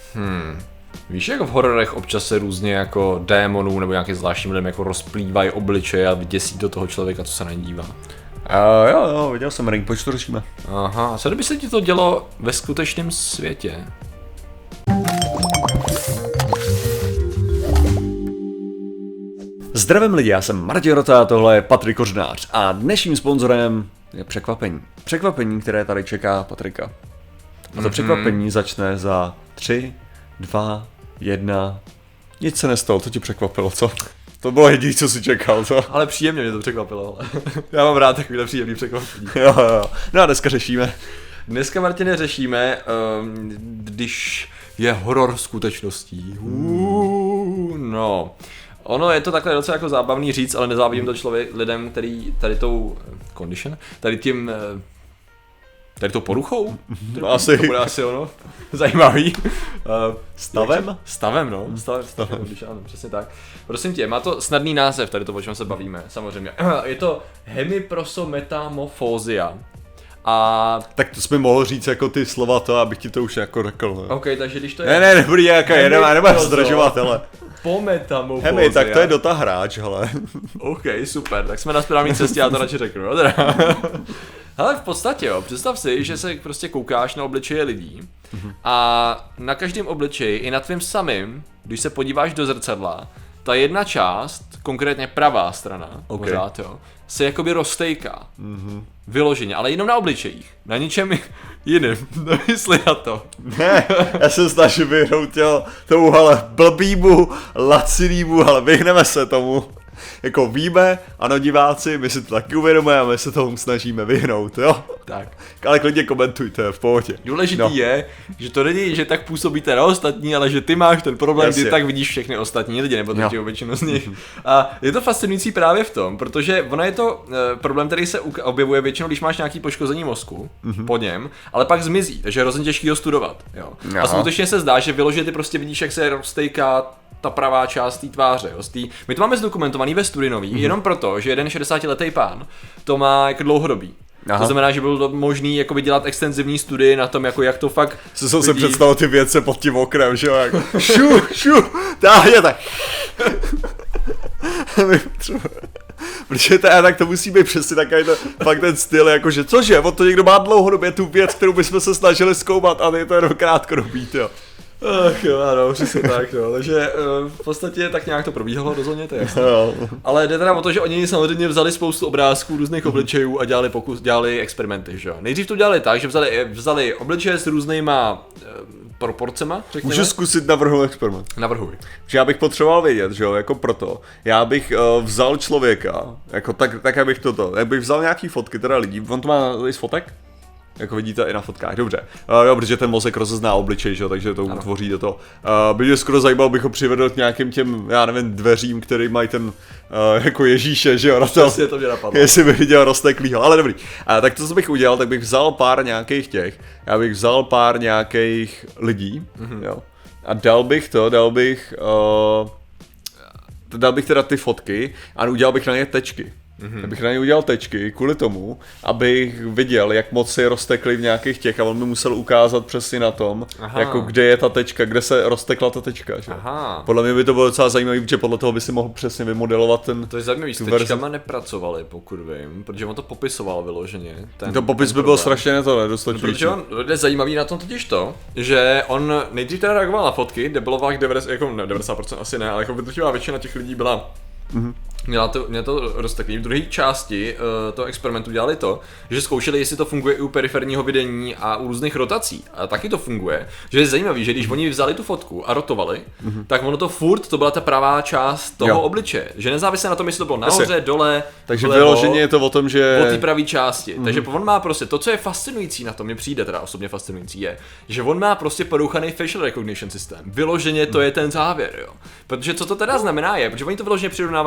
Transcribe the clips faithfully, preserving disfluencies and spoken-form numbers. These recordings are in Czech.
Hmm. Víš, jak v hororech občas se různě jako démonů nebo nějaký zvláštní lidem jako rozplývají obličeje a vyděsí do toho člověka, co se na ně dívá. Uh, jo, jo, viděl jsem Ring, pojď to řešíme. Aha, a co kdyby se ti to dělo ve skutečném světě? Zdravím lidi, já jsem Martin Rota, tohle je Patrik Kořenář a dnešním sponzorem je překvapení. Překvapení, které tady čeká Patrika. A to mm-hmm. překvapení začne za tři, dva, jedna. Nic se nestalo, co ti překvapilo, co? To bylo jediné, co jsi čekal, co? Ale příjemně mě to překvapilo, ale já mám rád takovýhle příjemný překvapení. Jo, jo. No a dneska řešíme. Dneska, Martine, řešíme, um, když je horor skutečností. Uh, no. Ono je to takhle docela jako zábavný říct, ale nezávidím to člověk lidem, který tady tou condition, tady tím, tady tou poruchou, no, asi. To bude asi ono, zajímavý. Stavem? Stavem, no, stavem, stavem, condition, ano, přesně tak. Prosím tě, má to snadný název, tady to, o čem se bavíme, samozřejmě. Je to hemiprosometamorfózia. A... Tak to jsi mi mohl říct jako ty slova to, abych ti to už jako řekl. No. OK, takže když to je... Ne, ne, nebudu nějaká, jedeme, nebudem zdržovat, hele. Pometamorfózia. Hemi, tak to je Dota hráč, hele. OK, super, tak jsme na správné cestě, já to radši řeknu, jo teda. Hele, v podstatě jo, představ si, že se prostě koukáš na obličeje lidí a na každém obličeji i na tvým samým, když se podíváš do zrcadla, ta jedna část, konkrétně pravá strana, okay. pořád jo, se jakoby roztejká. Mm-hmm. Vyloženě, ale jenom na obličejích, na ničem jiným, nemysli na to. Ne, já jsem snažil vyhnout těho, tomu ale blbýmu, lacinýmu, ale vyhneme se tomu. Jako víme, ano diváci, my si to taky uvědomujeme a my se tomu snažíme vyhnout, jo? Tak. Ale klidně komentujte, v pohodě. Důležitý no. je, že to není, že tak působíte na ostatní, ale že ty máš ten problém, Jasně. kdy tak vidíš všechny ostatní lidi, nebo no. většinu z nich. A je to fascinující právě v tom, protože ono je to e, problém, který se objevuje většinou, když máš nějaký poškození mozku mm-hmm. po něm, ale pak zmizí, takže je hrozně těžký ho studovat. Jo? A skutečně se zdá, že vyloženě ty prostě vidíš, jak se roztejká ta pravá část té tváře. Jo, tý... My to máme zdokumentovaný ve Studinoví, mm-hmm. jenom proto, že jeden šedesátiletý pán to má jako dlouhodobý. Aha. To znamená, že bylo možný jakoby dělat extenzivní studii na tom, jako jak to fakt Co jsem se představil ty věci pod tím okrem, že jo, jako šu, šu, táhně tak. Protože to, tak to musí být přesně takový to, fakt ten styl, jakože cože, on to někdo má dlouhodobě tu věc, kterou bychom se snažili zkoumat a je to jenom krátkodobý, jo. Ach jo, ano, přesně tak, no, takže uh, v podstatě tak nějak to probíhalo rozhodně, to je jasné. Ale jde teda o to, že oni samozřejmě vzali spoustu obrázků různých obličejů a dělali pokus, dělali experimenty, že jo. Nejdřív to dělali tak, že vzali, vzali obličeje s různýma uh, proporcema, řekněme. Můžu zkusit navrhnout experiment. Navrhuj. Že já bych potřeboval vědět, že jo, jako proto, já bych uh, vzal člověka, jako tak, tak abych toto, já bych vzal nějaký fotky teda lidí, on to má z fotek? Jako vidíte i na fotkách, dobře. Uh, jo, protože ten mozek rozezná obličej, že jo, takže to utvoří do toho. Uh, by mě skoro zajímalo, bych ho přivedl k nějakým těm, já nevím, dveřím, který mají ten, uh, jako Ježíše, že jo, na to, to mě napadlo. Jestli bych viděl rozteklýho, ale dobrý. Uh, tak to, co bych udělal, tak bych vzal pár nějakých těch, já bych vzal pár nějakých lidí, mm-hmm. jo, a dal bych to, dal bych, uh, dal bych teda ty fotky a udělal bych na ně tečky. Mm-hmm. Abych na něj udělal tečky kvůli tomu, abych viděl, jak moc se roztekly v nějakých těch a on mi musel ukázat přesně na tom, Aha. jako kde je ta tečka, kde se roztekla ta tečka. Že? Aha. Podle mě by to bylo docela zajímavé, protože podle toho by si mohl přesně vymodelovat ten. To je zajímavý, s tečkama nepracovali, pokud vím, protože on to popisoval vyloženě. Ten, to popis ten by byl strašně ne to nedostačující. No, protože on je zajímavý na tom totiž to, že on nejdřív teda reagoval na fotky, debilovách devadesát, jako ne, devadesát procent asi ne, ale jako drtivá většina těch lidí byla. Mm-hmm. Měla to, měla to rozteklý. V druhé části uh, toho experimentu dělali to, že zkoušeli, jestli to funguje i u periferního vidění a u různých rotací. A taky to funguje. Že je zajímavý, že když oni vzali tu fotku a rotovali, mm-hmm. tak ono to furt, to byla ta pravá část toho jo. obličeje. Že nezávisle na tom, jestli to bylo nahoře, dole, takže vyloženě je to o tom, že... O té pravé části. Mm-hmm. Takže on má prostě, to, co je fascinující na tom, mě přijde teda osobně fascinující, je, že on má prostě porouchaný facial recognition systém. Vyloženě to je ten závěr, jo. Protože co to teda znamená je, protože oni to vyloženě přirovnávají i autoři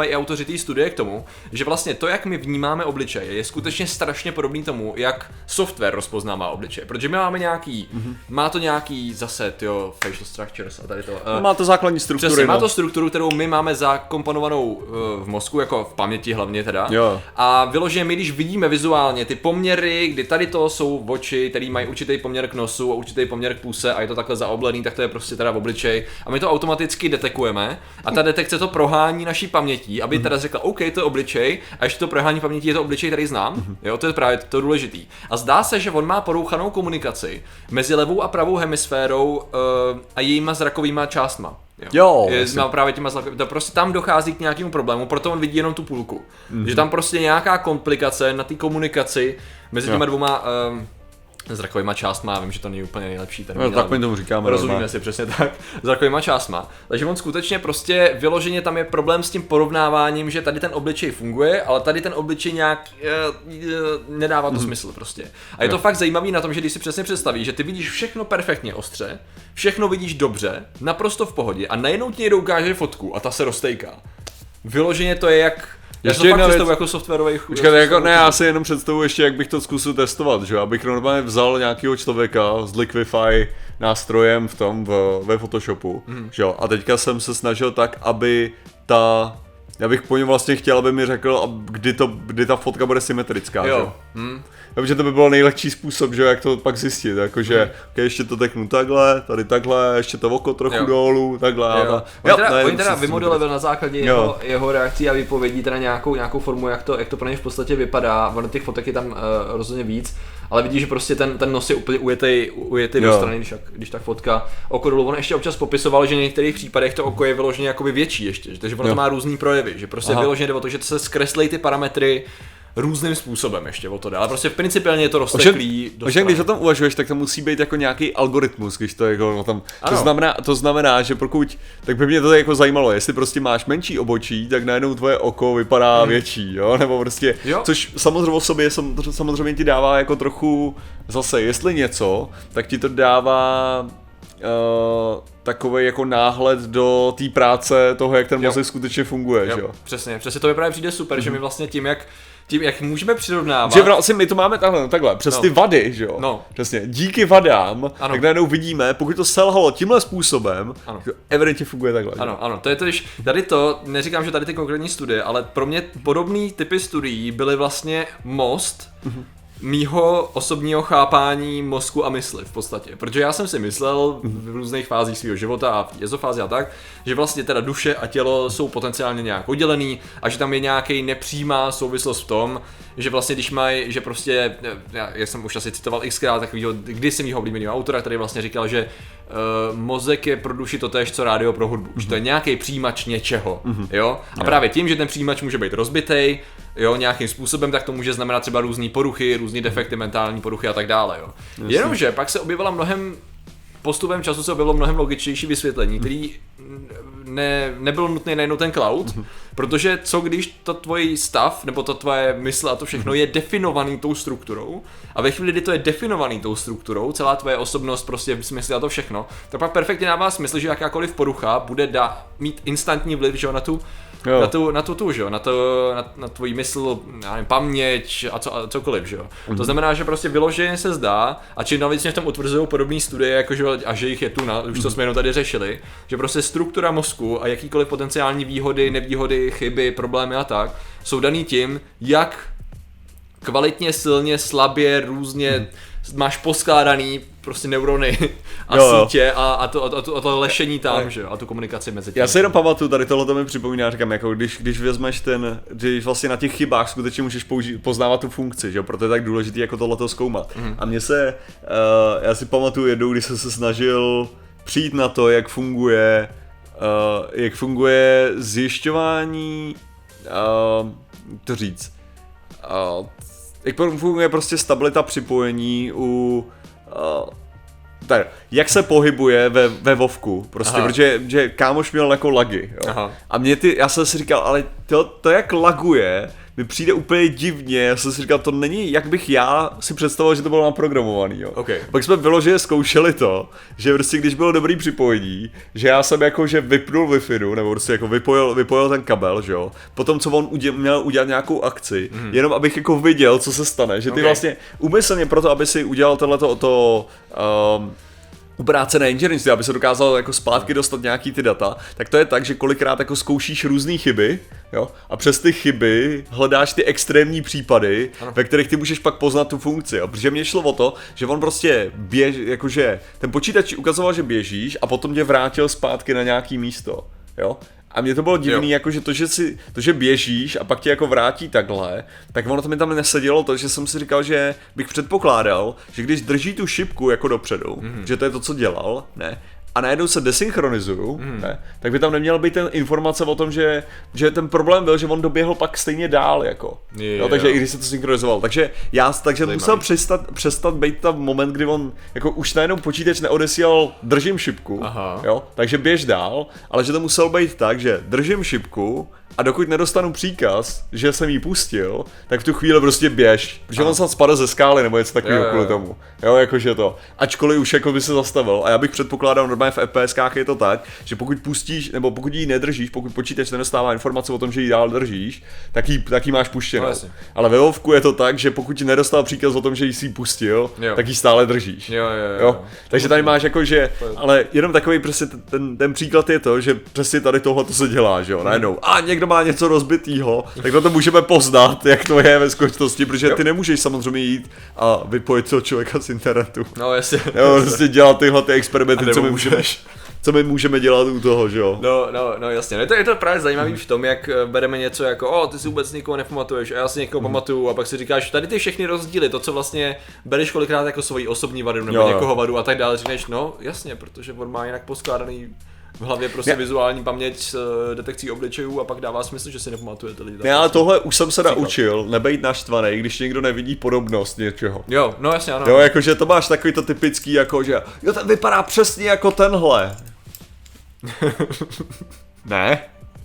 tvořit studie k tomu, že vlastně to, jak my vnímáme obličeje, je skutečně strašně podobný tomu, jak software rozpoznává obličeje. Protože my máme nějaký, mm-hmm. má to nějaký zase, tyjo, facial structures a tady to. No, má to základní struktury. Přesně, no. má to strukturu, kterou my máme zakomponovanou uh, v mozku, jako v paměti hlavně teda. Jo. A vyloženě my, když vidíme vizuálně ty poměry, kdy tady to jsou oči, který mají určitý poměr k nosu a určitý poměr k puse a je to takhle zaoblený, tak to je prostě teda v obličej. A my to automaticky detekujeme a ta detekce to prohání naší pamětí, aby teda řekla, OK, to je obličej, a ještě to prohání pamětí, je to obličej, který znám. Jo, to je právě to důležitý. A zdá se, že on má porouchanou komunikaci mezi levou a pravou hemisférou uh, a jejíma zrakovýma částma. Jo, jo je, má právě těma zlak... to prostě tam dochází k nějakému problému, proto on vidí jenom tu půlku. Mm-hmm. Že tam prostě nějaká komplikace na té komunikaci mezi těma jo. dvouma um, zrakovýma částma, vím, že to není úplně nejlepší termín. No, tak my tomu říkáme. Rozumíme normálně. Si přesně tak, zrakovýma částma. Takže on skutečně prostě vyloženě tam je problém s tím porovnáváním, že tady ten obličej funguje, ale tady ten obličej nějak uh, uh, nedává to mm. smysl prostě. A je to jo. fakt zajímavý na tom, že když si přesně představíš, že ty vidíš všechno perfektně ostře, všechno vidíš dobře, naprosto v pohodě a najednou ti někdo ukáže fotku a ta se roztejká. Vyloženě to je jak Já to fakt představu jako softwarový chuj. Počkat, jako, ne, já si jenom představu ještě, jak bych to zkusil testovat, že abych normálně vzal nějakého člověka s Liquify nástrojem v tom, v, ve Photoshopu, mm. že jo, a teďka jsem se snažil tak, aby ta, já bych po něm vlastně chtěl, aby mi řekl, kdy, to, kdy ta fotka bude symetrická, jo. Že jo. Mm. Takže to by byl nejlehčí způsob, že jak to pak zjistit, jakože hmm. okay, ještě to teknu takhle, tady takhle, ještě to oko trochu jo. dolů, takhle. Jo. Ta, oni teda, ne, oni teda vymodelovali na základě jeho, jeho reakcí a vypovědí teda nějakou, nějakou formu, jak to, jak to pro ně v podstatě vypadá, ono těch fotek je tam uh, rozhodně víc, ale vidíš, že prostě ten, ten nos je úplně ujetej, ujetej do strany, když tak, když tak fotka oko dolů. On ještě občas popisoval, že v některých případech to oko je vyloženě jakoby větší ještě, takže ono to má různý projevy, že prostě vyloženě jde o to, že se zkreslej ty parametry různým způsobem ještě o to jde, ale prostě principiálně je to rozteklý. Ovšem, když o tom uvažuješ, tak to musí být jako nějaký algoritmus, když to jako no tam, to znamená, to znamená, že pokud, tak by mě to jako zajímalo, jestli prostě máš menší obočí, tak najednou tvoje oko vypadá hmm. větší, jo, nebo prostě, jo. Což samozřejmě o sobě samozřejmě ti dává jako trochu, zase, jestli něco, tak ti to dává uh, takový jako náhled do té práce toho, jak ten mozek skutečně funguje, jo. Že jo. Přesně, přesně to mi právě přijde super, hmm. že my vlastně tím, jak tím, jak můžeme přirovnávat. Že vlastně my to máme takhle, no takhle, přes no. ty vady, že jo? No. Přesně, díky vadám, ano. tak najednou vidíme, pokud to selhalo tímhle způsobem, ano. to evidentně funguje takhle. Ano, že? Ano, to je to, když tady to, neříkám, že tady ty konkrétní studie, ale pro mě podobný typy studií byly vlastně most, mm-hmm. mýho osobního chápání mozku a mysli v podstatě, protože já jsem si myslel v různých fázích svého života a v jezofázi a tak, že vlastně teda duše a tělo jsou potenciálně nějak oddělený a že tam je nějaký nepřímá souvislost v tom, že vlastně když mají, že prostě, já, já jsem už asi citoval xkrát takovýho, kdysi mýho oblíbeného autora, který vlastně říkal, že uh, mozek je pro duši totéž co rádio pro hudbu, mm-hmm. že to je nějaký přijímač něčeho, mm-hmm. jo, a jo. právě tím, že ten přijímač může být rozbitej, jo, nějakým způsobem, tak to může znamenat třeba různý poruchy, různý defekty, mentální poruchy a tak dále, jo. Jasně. Jenomže pak se objevila mnohem, postupem času se objevilo mnohem logičtější vysvětlení, který ne, nebylo nutné najednou ten cloud, mm-hmm. protože co když to tvůj stav, nebo to tvoje mysl a to všechno mm-hmm. je definovaný tou strukturou a ve chvíli, kdy to je definovaný tou strukturou, celá tvoje osobnost, prostě smysl a to všechno, tak pak perfektně dává smysl, že jakákoliv porucha bude dá, mít instantní vliv, že, na tu Jo. Na tu, na tu, tu, že? Na, to, na, na tvoji mysl, já nevím, paměť a, co, a cokoliv, že? Mm-hmm. To znamená, že prostě vyloženě se zdá, a čím navíc mě v tom utvrzují podobné studie, jakože, a že jich je tu, na, už to jsme jenom tady řešili, že prostě struktura mozku a jakýkoliv potenciální výhody, nevýhody, chyby, problémy a tak, jsou daný tím, jak kvalitně, silně, slabě, různě mm-hmm. máš poskládaný prostě neurony a jo, sítě a, a, to, a, to, a to lešení tam, že jo, a tu komunikaci mezi tím. Já si jenom pamatuju, tady tohle to mi připomíná, říkám, jako když, když vezmeš ten, když vlastně na těch chybách skutečně můžeš použi- poznávat tu funkci, že jo, proto je tak důležité jako tohleto zkoumat. Mm. A mně se, uh, já si pamatuju jednou, když jsem se snažil přijít na to, jak funguje, uh, jak funguje zjišťování, uh, to říct, uh, jak funguje prostě stabilita připojení u Uh, tak, jak se pohybuje ve, ve Vovku, prostě, Aha. protože že kámoš měl jako lagy, jo. Aha. A mě ty, já jsem si říkal, ale to, to jak laguje, mi přijde úplně divně, já jsem si říkal, to není, jak bych já si představoval, že to bylo naprogramovaný, jo. Okay. Pak jsme vyloženě zkoušeli to, že prostě když bylo dobrý připojení, že já jsem jako, že vypnul Wi-Fi, nebo prostě jako vypojil, vypojil ten kabel, že jo, potom co on udě, měl udělat nějakou akci, mm. jenom abych jako viděl, co se stane, že ty okay. vlastně úmyslně proto, aby si udělal tohleto to, um, obrácené inženýrství, aby se dokázal jako zpátky dostat nějaký ty data, tak to je tak, že kolikrát jako zkoušíš různé chyby, jo, a přes ty chyby hledáš ty extrémní případy, ano. ve kterých ty můžeš pak poznat tu funkci, jo, protože mě šlo o to, že on prostě běž, jakože ten počítač ukazoval, že běžíš a potom tě vrátil zpátky na nějaký místo, jo. A mně to bylo divný, jo. Jakože to, že si, to, že běžíš a pak tě jako vrátí takhle, tak ono to mi tam nesedělo to, že jsem si říkal, že bych předpokládal, že když drží tu šipku jako dopředu, mm-hmm. že to je to, co dělal, ne, a najednou se desynchronizuju, mm. ne, tak by tam neměla být ten informace o tom, že, že ten problém byl, že on doběhl pak stejně dál, jako. Je, jo, takže jo. I když se to synchronizoval. Takže já takže musel přestat, přestat být tam moment, kdy on jako už najednou počítač neodesílal držím šipku, aha. Jo, takže běž dál, ale že to muselo být tak, že držím šipku a dokud nedostanu příkaz, že jsem jí pustil, tak v tu chvíli prostě běž, protože aha. on se spadl ze skály nebo něco takového kvůli tomu. Jo, jakože to. Ačkoliv už jako by se zastavil. A já bych předpokládal, normálně v FPSkách je to tak, že pokud pustíš, nebo pokud ji nedržíš, pokud počítač nedostává informace o tom, že ji dál držíš, tak ji, tak ji máš puštěnou. No, ale ve Vovku je to tak, že pokud ti nedostal příkaz o tom, že ji si pustil, jo. tak ji stále držíš. Jo, jo, jo. Jo? Takže tady máš jako, že, ale jenom takový prostě ten, ten příklad je to, že přesně tady tohle to se dělá, že jo, najednou. A někdo má něco rozbitýho, tak to můžeme poznat, jak to je ve skutečnosti, protože ty nemůžeš samozřejmě jít a vypojit toho člověka z internetu. No jasně. Jo, prostě dělat tyhle ty experimenty, co my můžeme, co my můžeme dělat u toho, že jo. No, no, no jasně. No, je to, je to právě zajímavý v tom, jak bereme něco jako, o, ty si vůbec nikoho nepamatuješ a já si někoho mm. pamatuju a pak si říkáš, tady ty všechny rozdíly, to, co vlastně bereš kolikrát jako svoji osobní vadu nebo jo, někoho vadu a tak dále, říkáš, no jasně, protože on má jinak poskládaný v hlavě prostě ne. vizuální paměť s uh, detekcí obličejů a pak dává smysl, že si nepamatujete lidi. Ne, ale tohle už jsem se naučil, nebejt naštvaný, když někdo nevidí podobnost něčeho. Jo, no jasně, ano. Jo, jakože to máš takový to typický, jako že jo, ten vypadá přesně jako tenhle. Ne?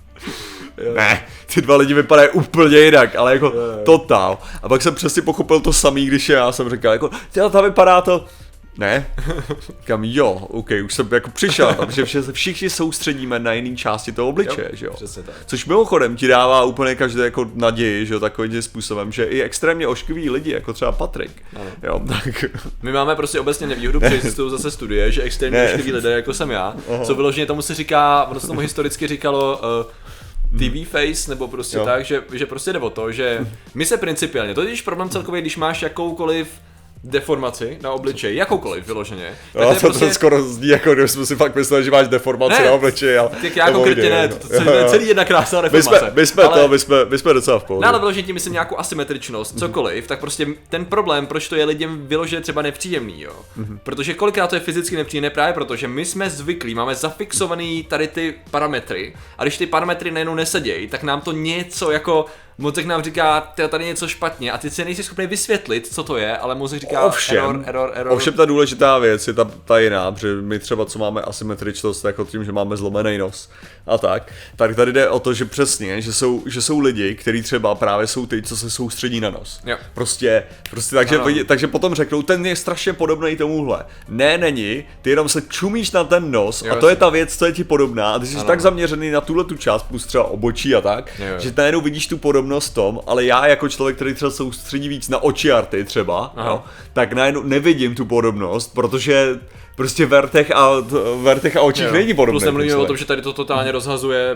Jo. Ne, ty dva lidi vypadají úplně jinak, ale jako jo, jo. totál. A pak jsem přesně pochopil to samý, když já jsem říkal, jako, ta vypadá to... Ne? Říkám, jo, ok, už jsem jako přišel, protože se všichni soustředíme na jiný části toho obličeje, že jo? Což mimochodem ti dává úplně každý jako naději, že jo, takovým způsobem, že i extrémně oškliví lidi, jako třeba Patrik, jo, tak... My máme prostě obecně nevýhodu, protože existují zase studie, že extrémně oškliví lidé, jako jsem já, aha. co vyloženě tomu se říká, ono se tomu historicky říkalo... Uh, T V face, nebo prostě jo. tak, že, že prostě jde o to, že my se principiálně, to je když problém celkově, když máš jakoukoliv deformaci na obličeji, jakoukoliv vyloženě. No, to, prostě... to skoro zní jako, když jsme si fakt mysleli, že máš deformaci ne, na obličeji, ale... Tak já konkrétně ne, to, to celý, celý jedna krásná deformace. My jsme, my jsme ale... to, my jsme, my jsme docela v pohodě. No ale vyloženě tím myslím nějakou asymetričnost, cokoliv, tak prostě ten problém, proč to je lidem vyloženě třeba nepříjemný, jo. Mm-hmm. Protože kolikrát to je fyzicky nepříjemné právě proto, že my jsme zvyklí, máme zafixovaný tady ty parametry a když ty parametry najednou nesedějí, tak nám to něco jako... Mozek nám říká, tady je něco špatně a ty si nejsi schopný vysvětlit, co to je, ale mozek říká ovšem, error, error, error. Ovšem ta důležitá věc je ta, ta jiná, protože my třeba co máme asymetričnost, jako tím, že máme zlomený nos a tak, tak tady jde o to, že přesně, že jsou, že jsou lidi, kteří třeba právě jsou ty, co se soustředí na nos. Jo. Prostě, prostě takže, takže potom řeknou, ten je strašně podobný tomuhle. Ne, není, ty jenom se čumíš na ten nos jo, a to jasný. Je ta věc, co je ti podobná a ty jsi ano. tak zaměřený na tuhle tu část, plus třeba obočí a tak, jo, jo. že najednou vidíš tu podobnost tom, ale já jako člověk, který třeba soustředí víc na oči arty třeba, no, tak najednou nevidím tu podobnost, protože prostě vertech a, vertech a očích jo. není podobný. Plus nemluvíme o tom, že tady to totálně rozhazuje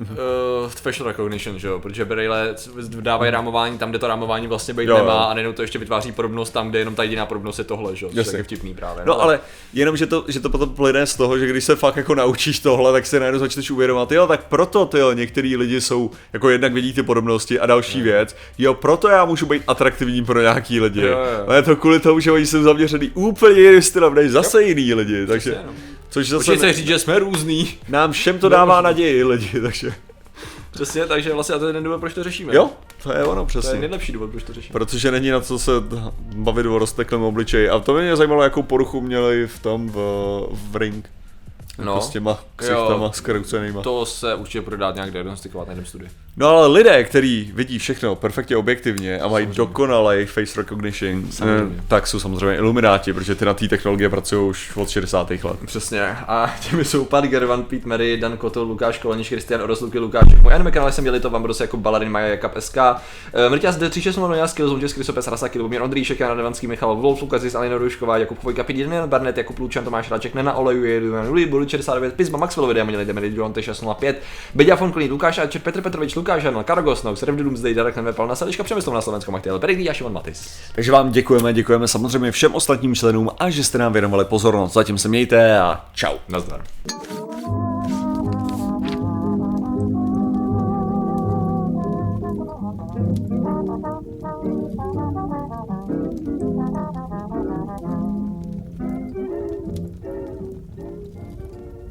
uh, facial recognition, že jo, protože Braille dávají rámování tam, kde to rámování vlastně být jo, nemá jo. a nejenom to ještě vytváří podobnost tam, kde jenom ta jediná podobnost je tohle, že jo, což je vtipný právě. No, no ale jenom, že to, že to potom plyne z toho, že když se fakt jako naučíš tohle, tak se najednou začneš uvědomovat, jo, tak proto tyjo, některý lidi jsou, jako jednak vidí ty podobnosti a další jo. věc, jo, proto já můžu být atraktivní pro nějaký lidi. Jo, jo. A je to kvůli tomu, že oni jsou zaměřený úplně jiným stylem, než zase jiný lidi, takže... Což zase ne... říct, že jsme různý. Nám všem to dává naději lidi, takže... Přesně, takže vlastně a to je ten důvod, proč to řešíme. Jo, to je ono, přesně. To je nejlepší důvod, proč to řešíme. Protože není na co se bavit o rozteklém obličeji. A to mě zajímalo, jakou poruchu měli v tom, v, v Ring. No, s těma ksichtama skroucenýma. To se určitě bude dát nějak diagnostikovat na jednom studiu. No ale lidé, kteří vidí všechno perfektně objektivně a mají dokonalý face recognition, samozřejmě. Tak jsou samozřejmě ilumináti, protože ty na té technologie pracují už od šedesátých let. Přesně. A těmi jsou Pat Gervan, Pete Mary, Dan Kotel, Lukáš Koleniš, Kristian Oros, Luky Lukášek. Můj anime kanál jsem dělal to Vambros jako Balarin, Maja Jakab S K. Mrťas D tři šest nula nula, Skills, Voutěz, Krysopes, Rasaky, Lubomír Ondříšek, Jana Devanský, Michal Wolf, Lukazis, Alina Rušková, Jakub Vojka, Pít Jan Barnet, Jakub Lučan, Tomáš Ráček, Nena Oleju, Luli, Buli šedesát devět, Pizba, Maxwell, Videa, Měli Demedy, John T šest nula pět, Beďa von Klín, Lukáš Ačer, Petr Petrovič, Lukáš Hanel, Karagos, Nox, Revdudum, Zdej, Darek Nenvepal, Nasališka, Přemysl na Slovensku, Machtiel, Peregný a Šimon Matis. Takže vám děkujeme, děkujeme samozřejmě všem ostatním členům a že jste nám věnovali pozornost. Zatím se mějte a čau. Nazdar.